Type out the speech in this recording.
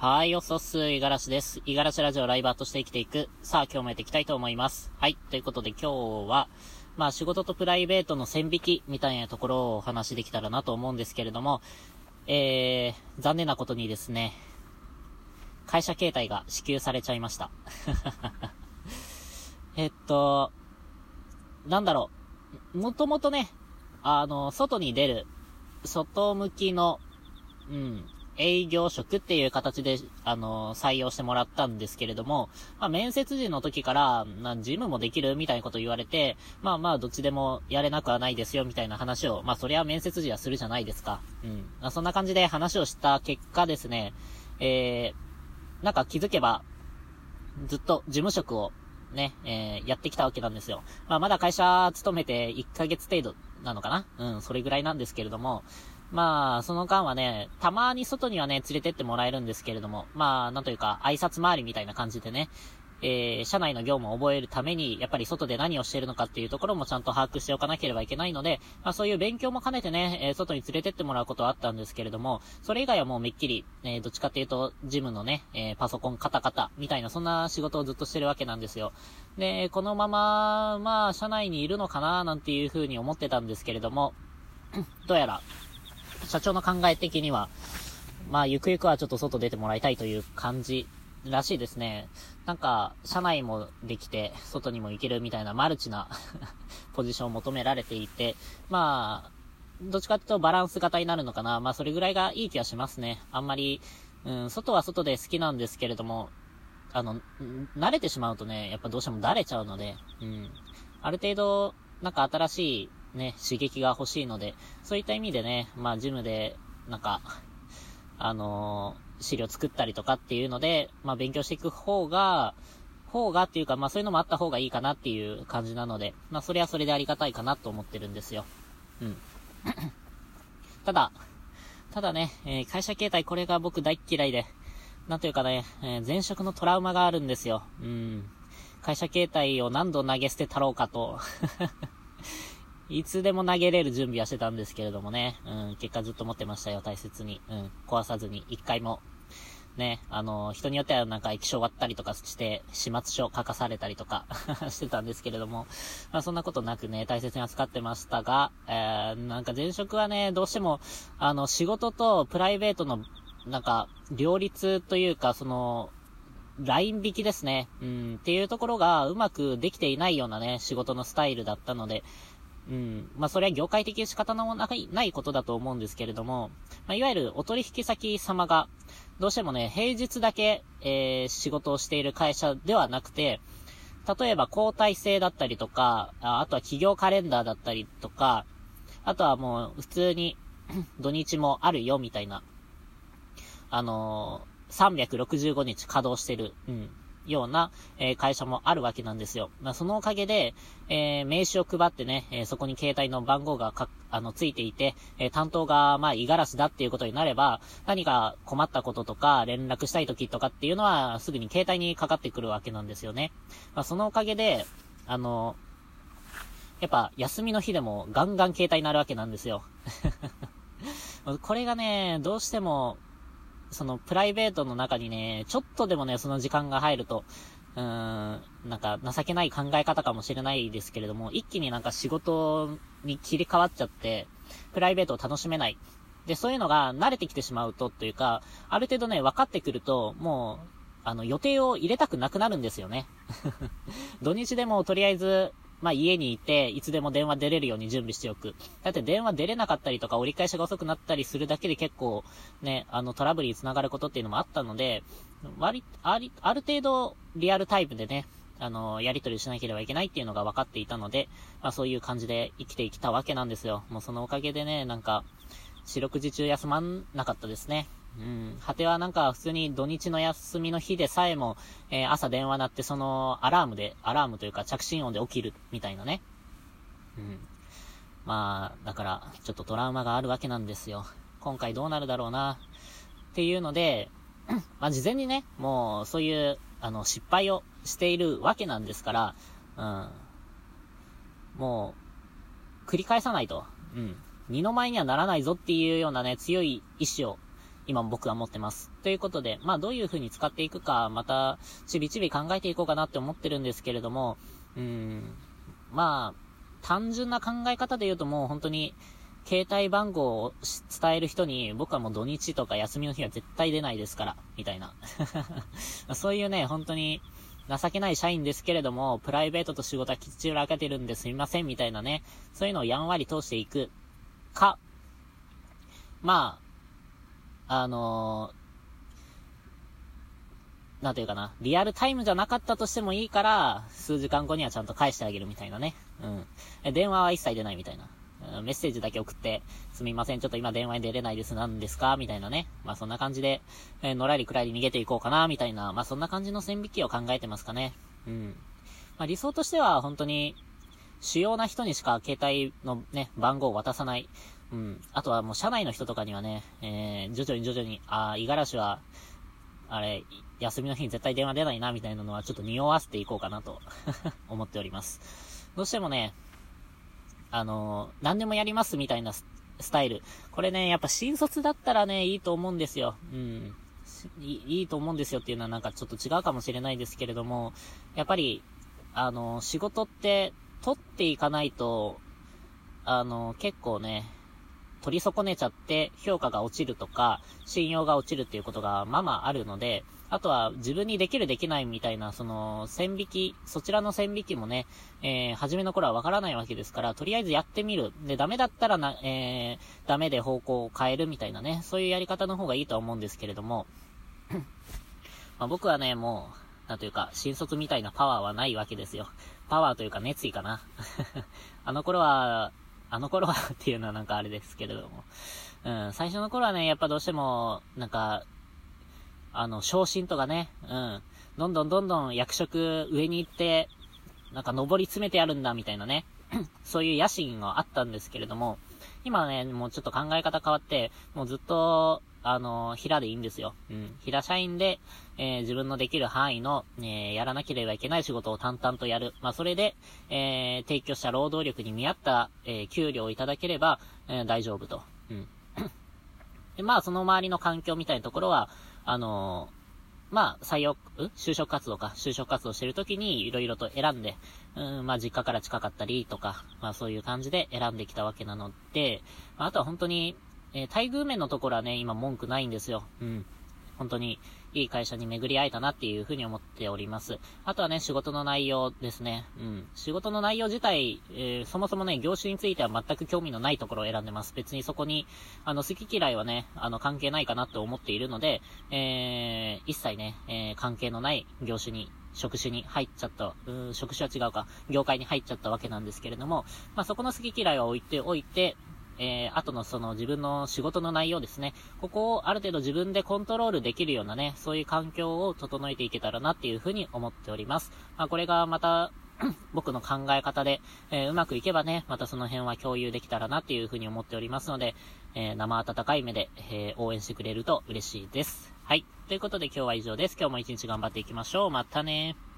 はい、おそす、いがらしです。いがらしラジオライバーとして生きていく。さあ、今日もやっていきたいと思います。はい、ということで今日は、仕事とプライベートの線引きみたいなところをお話できたらなと思うんですけれども、残念なことにですね、会社携帯が支給されちゃいました。なんだろう。もともとね、外に出る、外向きの、営業職っていう形で、採用してもらったんですけれども、面接時の時から、事務もできるみたいなこと言われて、どっちでもやれなくはないですよ、みたいな話を、そりゃ面接時はするじゃないですか。そんな感じで話をした結果ですね、なんか気づけば、ずっと事務職をね、やってきたわけなんですよ。まだ会社勤めて1ヶ月程度なのかな？それぐらいなんですけれども、その間はね、たまに外にはね、連れてってもらえるんですけれども、なんというか、挨拶回りみたいな感じでね、社内の業務を覚えるために、やっぱり外で何をしているのかっていうところもちゃんと把握しておかなければいけないので、そういう勉強も兼ねてね、外に連れてってもらうことはあったんですけれども、それ以外はもうめっきり、どっちかっていうと、ジムのね、パソコンカタカタみたいな、そんな仕事をずっとしてるわけなんですよ。で、このまま、社内にいるのかななんていうふうに思ってたんですけれども、どうやら、社長の考え的には、ゆくゆくはちょっと外出てもらいたいという感じらしいですね。なんか、社内もできて、外にも行けるみたいなマルチなポジションを求められていて、どっちかっていうとバランス型になるのかな。それぐらいがいい気がしますね。あんまり、外は外で好きなんですけれども、慣れてしまうとね、やっぱどうしてもだれちゃうので、ある程度、なんか新しいね、刺激が欲しいので、そういった意味でね、ジムで、なんか、資料作ったりとかっていうので、勉強していく方がっていうか、そういうのもあった方がいいかなっていう感じなので、それはそれでありがたいかなと思ってるんですよ。ただね、会社携帯これが僕大っ嫌いで、なんというかね、前職のトラウマがあるんですよ。会社携帯を何度投げ捨てたろうかと。いつでも投げれる準備はしてたんですけれどもね。結果ずっと持ってましたよ、大切に。壊さずに、一回も。ね、人によってはなんか液晶割ったりとかして、始末書書かされたりとかしてたんですけれども、そんなことなくね、大切に扱ってましたが、なんか前職はね、どうしても、仕事とプライベートの、なんか、両立というか、ライン引きですね。っていうところがうまくできていないようなね、仕事のスタイルだったので、それは業界的に仕方のないことだと思うんですけれども、いわゆるお取引先様が、どうしてもね、平日だけ、仕事をしている会社ではなくて、例えば交代制だったりとか、あとは企業カレンダーだったりとか、あとはもう普通に土日もあるよみたいな、365日稼働してる、ような、会社もあるわけなんですよ。そのおかげで、名刺を配ってね、そこに携帯の番号がついていて、担当が、五十嵐だっていうことになれば、何か困ったこととか、連絡したい時とかっていうのは、すぐに携帯にかかってくるわけなんですよね。そのおかげで、やっぱ、休みの日でもガンガン携帯になるわけなんですよ。これがね、どうしても、プライベートの中にね、ちょっとでもね、その時間が入ると、なんか情けない考え方かもしれないですけれども、一気になんか仕事に切り替わっちゃって、プライベートを楽しめない。で、そういうのが慣れてきてしまうと、というか、ある程度ね、分かってくると、もう、予定を入れたくなくなるんですよね。土日でもとりあえず、家にいて、いつでも電話出れるように準備しておく。だって電話出れなかったりとか、折り返しが遅くなったりするだけで結構、ね、トラブルにつながることっていうのもあったので、ある程度、リアルタイムでね、やり取りしなければいけないっていうのが分かっていたので、そういう感じで生きてきたわけなんですよ。もうそのおかげでね、なんか、四六時中休まんなかったですね。果てはなんか普通に土日の休みの日でさえも、朝電話鳴ってそのアラームというか着信音で起きるみたいなね。だから、ちょっとトラウマがあるわけなんですよ。今回どうなるだろうな。っていうので、事前にね、もうそういう、失敗をしているわけなんですから、もう、繰り返さないと。二の舞にはならないぞっていうようなね、強い意志を今僕は持ってます。ということで、まあどういう風に使っていくか、また、ちびちび考えていこうかなって思ってるんですけれども、まあ、単純な考え方で言うともう本当に、携帯番号を伝える人に、僕はもう土日とか休みの日は絶対出ないですから、みたいな。そういうね、本当に、情けない社員ですけれども、プライベートと仕事はきっちり分けてるんですみません、みたいなね。そういうのをやんわり通していくか、まあ、なんていうかな、リアルタイムじゃなかったとしてもいいから、数時間後にはちゃんと返してあげるみたいなね。電話は一切出ないみたいな。メッセージだけ送って、すみません、ちょっと今電話に出れないです、何ですかみたいなね。まあそんな感じで、のらりくらり逃げていこうかな、みたいな、まあそんな感じの線引きを考えてますかね。まあ理想としては、本当に、主要な人にしか携帯のね、番号を渡さない。あとはもう社内の人とかにはね、徐々に、五十嵐は、休みの日に絶対電話出ないな、みたいなのはちょっと匂わせていこうかなと思っております。どうしてもね、何でもやりますみたいなスタイル。これね、やっぱ新卒だったらね、いいと思うんですよ。いいと思うんですよっていうのはなんかちょっと違うかもしれないですけれども、やっぱり、仕事って取っていかないと、結構ね、取り損ねちゃって評価が落ちるとか、信用が落ちるっていうことがまあまああるので、あとは自分にできるできないみたいな、線引き、そちらの線引きもね、初めの頃はわからないわけですから、とりあえずやってみる。で、ダメだったらダメで方向を変えるみたいなね、そういうやり方の方がいいとは思うんですけれども、まあ、僕はね、もう、なんというか、新卒みたいなパワーはないわけですよ。パワーというか熱意かな。あの頃はっていうのはなんかあれですけれども。最初の頃はね、やっぱどうしても、なんか、昇進とかね、どんどん役職上に行って、なんか上り詰めてやるんだみたいなね、そういう野心があったんですけれども、今はね、もうちょっと考え方変わって、もうずっと、平でいいんですよ。平社員で、自分のできる範囲の、やらなければいけない仕事を淡々とやる。まあ、それで、提供した労働力に見合った、給料をいただければ、大丈夫と。で、まあ、その周りの環境みたいなところは、まあ、就職活動してるときにいろいろと選んで、まあ、実家から近かったりとか、まあ、そういう感じで選んできたわけなので、あとは本当に、待遇面のところはね、今文句ないんですよ。本当にいい会社に巡り会えたなっていうふうに思っております。あとはね、仕事の内容ですね。仕事の内容自体、そもそもね、業種については全く興味のないところを選んでます。別にそこに、好き嫌いはね、関係ないかなと思っているので、一切ね、関係のない職種に入っちゃった、職種は違うか、業界に入っちゃったわけなんですけれども、まあ、そこの好き嫌いは置いておいて、後の自分の仕事の内容ですね。ここをある程度自分でコントロールできるようなね、そういう環境を整えていけたらなっていうふうに思っております。まあ、これがまた、僕の考え方で、うまくいけばね、またその辺は共有できたらなっていうふうに思っておりますので、生温かい目で、応援してくれると嬉しいです。はい。ということで今日は以上です。今日も一日頑張っていきましょう。またねー。